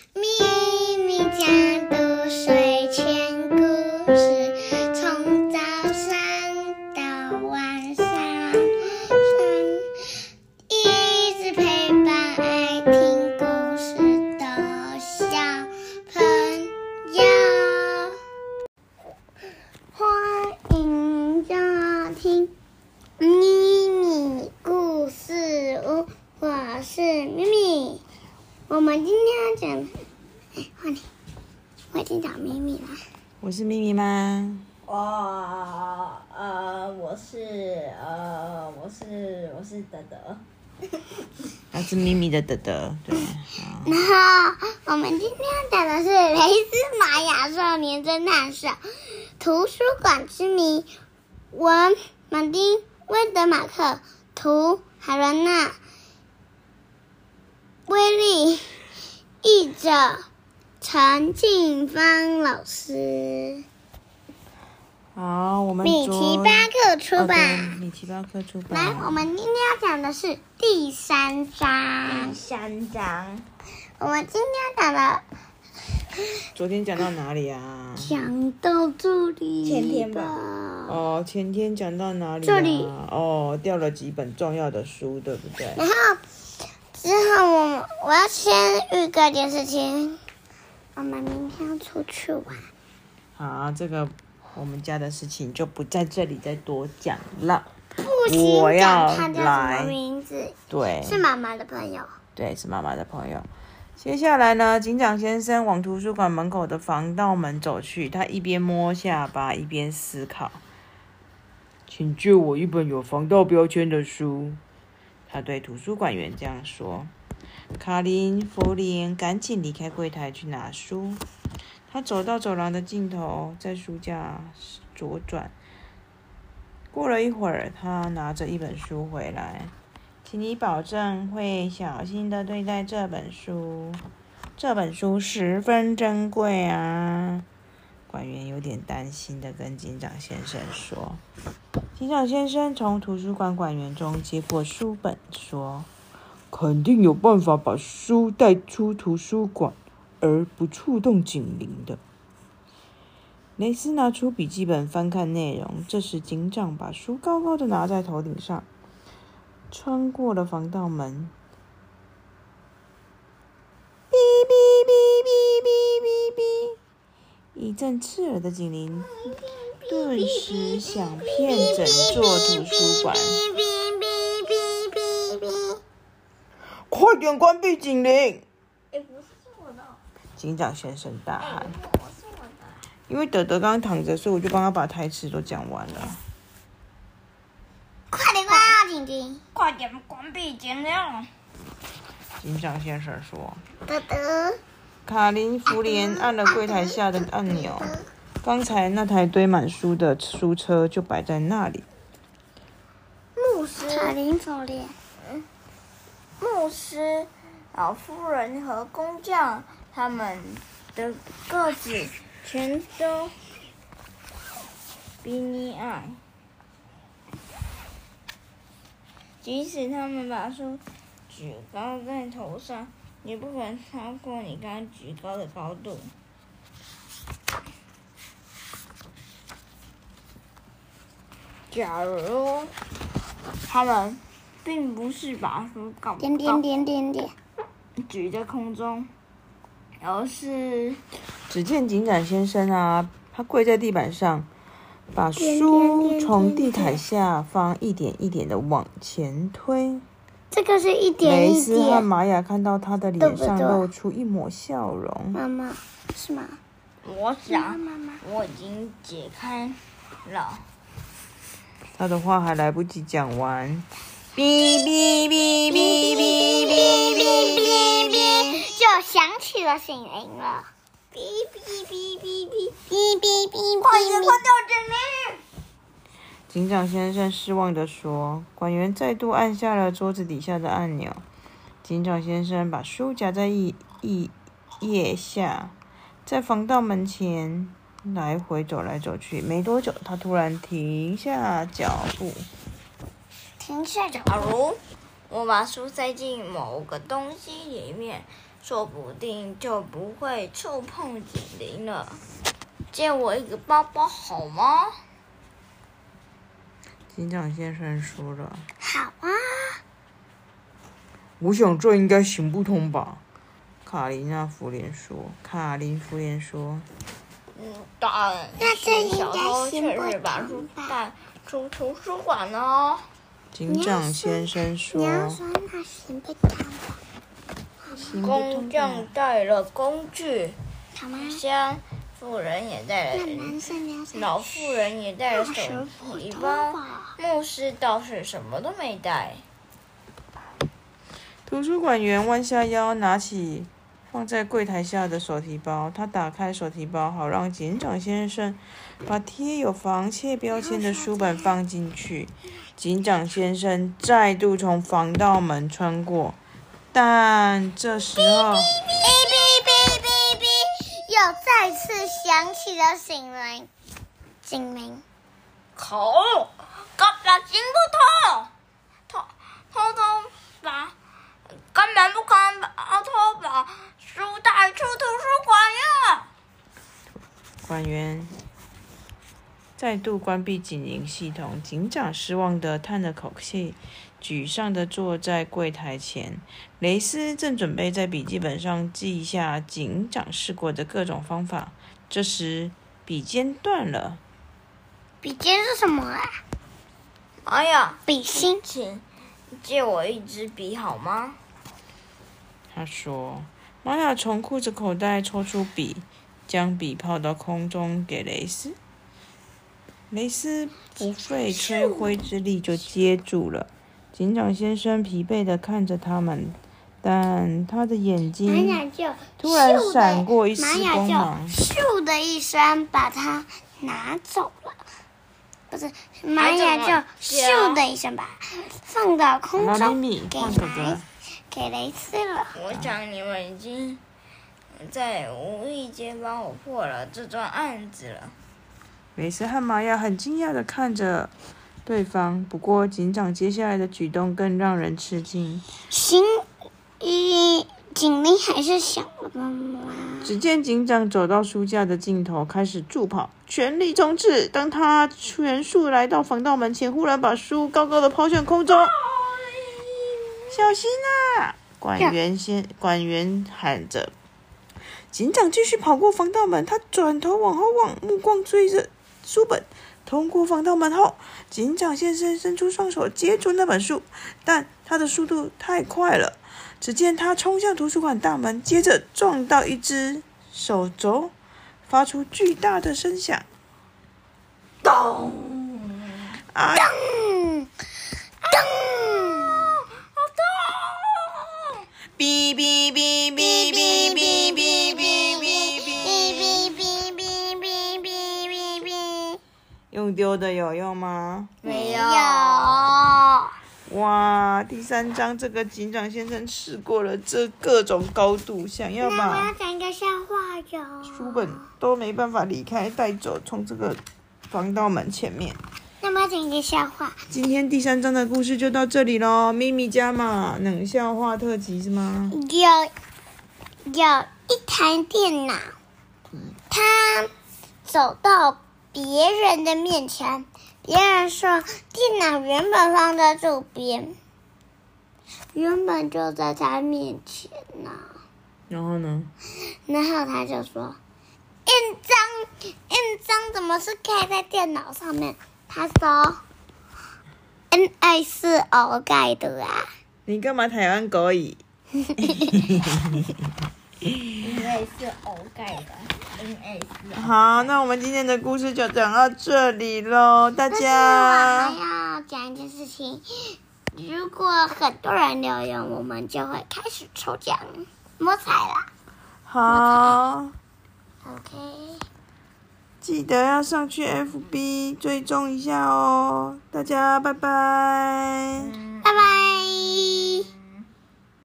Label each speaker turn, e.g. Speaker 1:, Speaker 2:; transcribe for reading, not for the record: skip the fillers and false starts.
Speaker 1: 咪咪家的睡前故事，从早上到晚上，一直陪伴爱听故事的小朋友。欢迎收听咪咪故事屋，我是咪咪。我们今天要讲，换你，我已经找咪咪了。
Speaker 2: 我是咪咪吗？
Speaker 3: 我是德德。
Speaker 2: 他是咪咪的德德，对。
Speaker 1: 然后我们今天要讲的是《雷斯玛雅少年侦探社》图书馆之谜，文马丁·威德马克，图海伦娜·威利，译者陈静芳老师。
Speaker 2: 好，我们
Speaker 1: 米奇巴克出版。
Speaker 2: 米奇巴克出版。
Speaker 1: 来，我们今天要讲的是第三章。我们今天要讲的，
Speaker 2: 昨天讲到哪里啊？
Speaker 1: 讲到这里。
Speaker 3: 前天吧。
Speaker 2: 哦，前天讲到哪里啊？
Speaker 1: 这里。
Speaker 2: 哦，掉了几本重要的书，对不对？
Speaker 1: 然后之后我要先预告一件事情，我们明天要出去玩。
Speaker 2: 好，这个我们家的事情就不在这里再多讲了。
Speaker 1: 不行，
Speaker 2: 我要
Speaker 1: 讲他叫什么
Speaker 2: 来
Speaker 1: 名字？
Speaker 2: 对，
Speaker 1: 是妈妈的朋友。
Speaker 2: 对，是妈妈的朋友。接下来呢，警长先生往图书馆门口的防盗门走去，他一边摸下巴，一边思考。请借我一本有防盗标签的书，他对图书馆员这样说。卡琳·弗莲赶紧离开柜台去拿书。他走到走廊的尽头，在书架左转。过了一会儿，他拿着一本书回来。请你保证会小心地对待这本书，这本书十分珍贵啊！馆员有点担心地跟警长先生说。警长先生从图书馆馆员中接过书本，说：“肯定有办法把书带出图书馆，而不触动警铃的。”雷斯拿出笔记本翻看内容，这时警长把书高高地拿在头顶上。穿过了防盗门，哔哔哔哔哔哔哔，一阵刺耳的警铃顿时响遍整座图书馆。快点关闭警铃！
Speaker 3: 不是我的。
Speaker 2: 警长先生大喊。因为德德刚刚躺着，所以我就帮他把台词都讲完了。
Speaker 1: 快点关掉警铃！
Speaker 3: 快点关闭警铃！
Speaker 2: 警长先生说。
Speaker 1: 德德。
Speaker 2: 卡琳·弗莲按了柜台下的按钮，刚才那台堆满书的书车就摆在那里。
Speaker 3: 牧师
Speaker 1: 卡琳·弗莲。
Speaker 3: 牧师、老妇人和工匠，他们的个子全都比你矮。即使他们把书举高在头上，也不可能超过你刚刚举高的高度。假如他们并不是把书高举在空中，而是……
Speaker 2: 只见警长先生啊，他跪在地板上，把书从地毯下方一点一点的往前推。
Speaker 1: 这个是一点一点。
Speaker 2: 雷斯和玛雅看到他的脸上露出一抹笑容。
Speaker 1: 妈妈，是吗？
Speaker 3: 我想，我已经解开了。
Speaker 2: 他的话还来不及讲完，哔哔哔哔哔哔哔哔，
Speaker 1: 就响起了警铃了。哔哔哔哔哔哔哔哔，
Speaker 3: 快点关掉警铃！
Speaker 2: 警长先生失望地说。馆员再度按下了桌子底下的按钮。警长先生把书夹在一腋下，在防盗门前来回走来走去。没多久，他突然停下脚步。
Speaker 1: 停下脚
Speaker 3: 假如我把书塞进某个东西里面， 说不定就不会触碰警铃了。借我一个包包好吗？
Speaker 2: 警长先生说了。
Speaker 1: 好啊。
Speaker 2: 我想这应该行不通吧？卡琳福莲说。
Speaker 3: 但
Speaker 1: 那这应
Speaker 3: 小偷
Speaker 1: 该行不
Speaker 3: 却是把书
Speaker 1: 通吧？
Speaker 3: 带出图书馆哦。
Speaker 2: 警长先生说。
Speaker 1: 你要说那行不通吧？
Speaker 2: 行不
Speaker 3: 工
Speaker 2: 通
Speaker 3: 匠带了工具，
Speaker 1: 好吗？
Speaker 3: 像妇人也带
Speaker 1: 那
Speaker 3: 了，
Speaker 1: 男生你要说
Speaker 3: 老妇人也带了手提包，牧师倒是什么都没带。
Speaker 2: 图书馆员弯下腰，拿起放在柜台下的手提包。他打开手提包，好让警长先生把贴有防窃标签的书本放进去。警长先生再度从防盗门穿过，但这时候，
Speaker 1: 哔哔哔，又再次响起了警铃。
Speaker 3: 口，根本行不通，根本不可能偷把书带出图书馆呀！
Speaker 2: 管员再度关闭警铃系统，警长失望地叹了口气，沮丧地坐在柜台前。雷斯正准备在笔记本上记下警长试过的各种方法，这时笔尖断了。
Speaker 1: 笔尖是什么啊？
Speaker 3: 哎呀，
Speaker 1: 笔芯。
Speaker 3: 请借我一支笔好吗？
Speaker 2: 他说。玛雅从裤子口袋抽出笔，将笔抛到空中给雷斯。雷斯不费吹灰之力就接住了。警长先生疲惫地看着他们，但他的眼睛突然闪过一丝光芒。
Speaker 1: 咻的一声把它拿走了。不是，玛雅就咻的一声把它放到空中，给雷斯了。
Speaker 3: 我想你们已经在无意间帮我破了这桩案子了。
Speaker 2: 雷斯和玛雅很惊讶地看着对方，不过警长接下来的举动更让人吃惊。
Speaker 1: 警铃还是响了吗？
Speaker 2: 只见警长走到书架的尽头，开始助跑，全力冲刺。当他全速来到防盗门前，忽然把书高高的抛向空中。小心啊！管员喊着。警长继续跑过防盗门，他转头往后望，目光追着书本。通过防盗门后，警长先生伸出双手接住那本书，但他的速度太快了。只见他冲向图书馆大门，接着撞到一只手肘，发出巨大的声响。咚！啊！
Speaker 1: 咚！
Speaker 3: 好痛！
Speaker 2: 哔哔哔哔哔哔哔哔哔。用丢的有用吗？
Speaker 3: 没有。
Speaker 2: 哇，第3章这个警长先生试过了这各种高度，想要
Speaker 1: 那我
Speaker 2: 把
Speaker 1: 要讲一个笑话哟。
Speaker 2: 书本都没办法离开带走，从这个防盗门前面。
Speaker 1: 那我要讲一个笑话。
Speaker 2: 今天第3章的故事就到这里咯，咪咪家嘛，冷笑话特辑是吗？
Speaker 1: 有一台电脑，他走到别人的面前，别人说电脑原本放在这边，原本就在他面前呢。
Speaker 2: 然后呢？
Speaker 1: 然后他就说印章怎么是盖在电脑上面？他说 NA 是我盖的啊。
Speaker 2: 你干嘛台湾狗语？
Speaker 3: 因为是偶盖的。
Speaker 2: 好，那我们今天的故事就讲到这里咯，大家。
Speaker 1: 但是我还要讲一件事情，如果很多人留言，我们就会开始抽奖摸彩啦。
Speaker 2: 好
Speaker 1: OK。
Speaker 2: 记得要上去 FB 追踪一下哦，大家拜拜。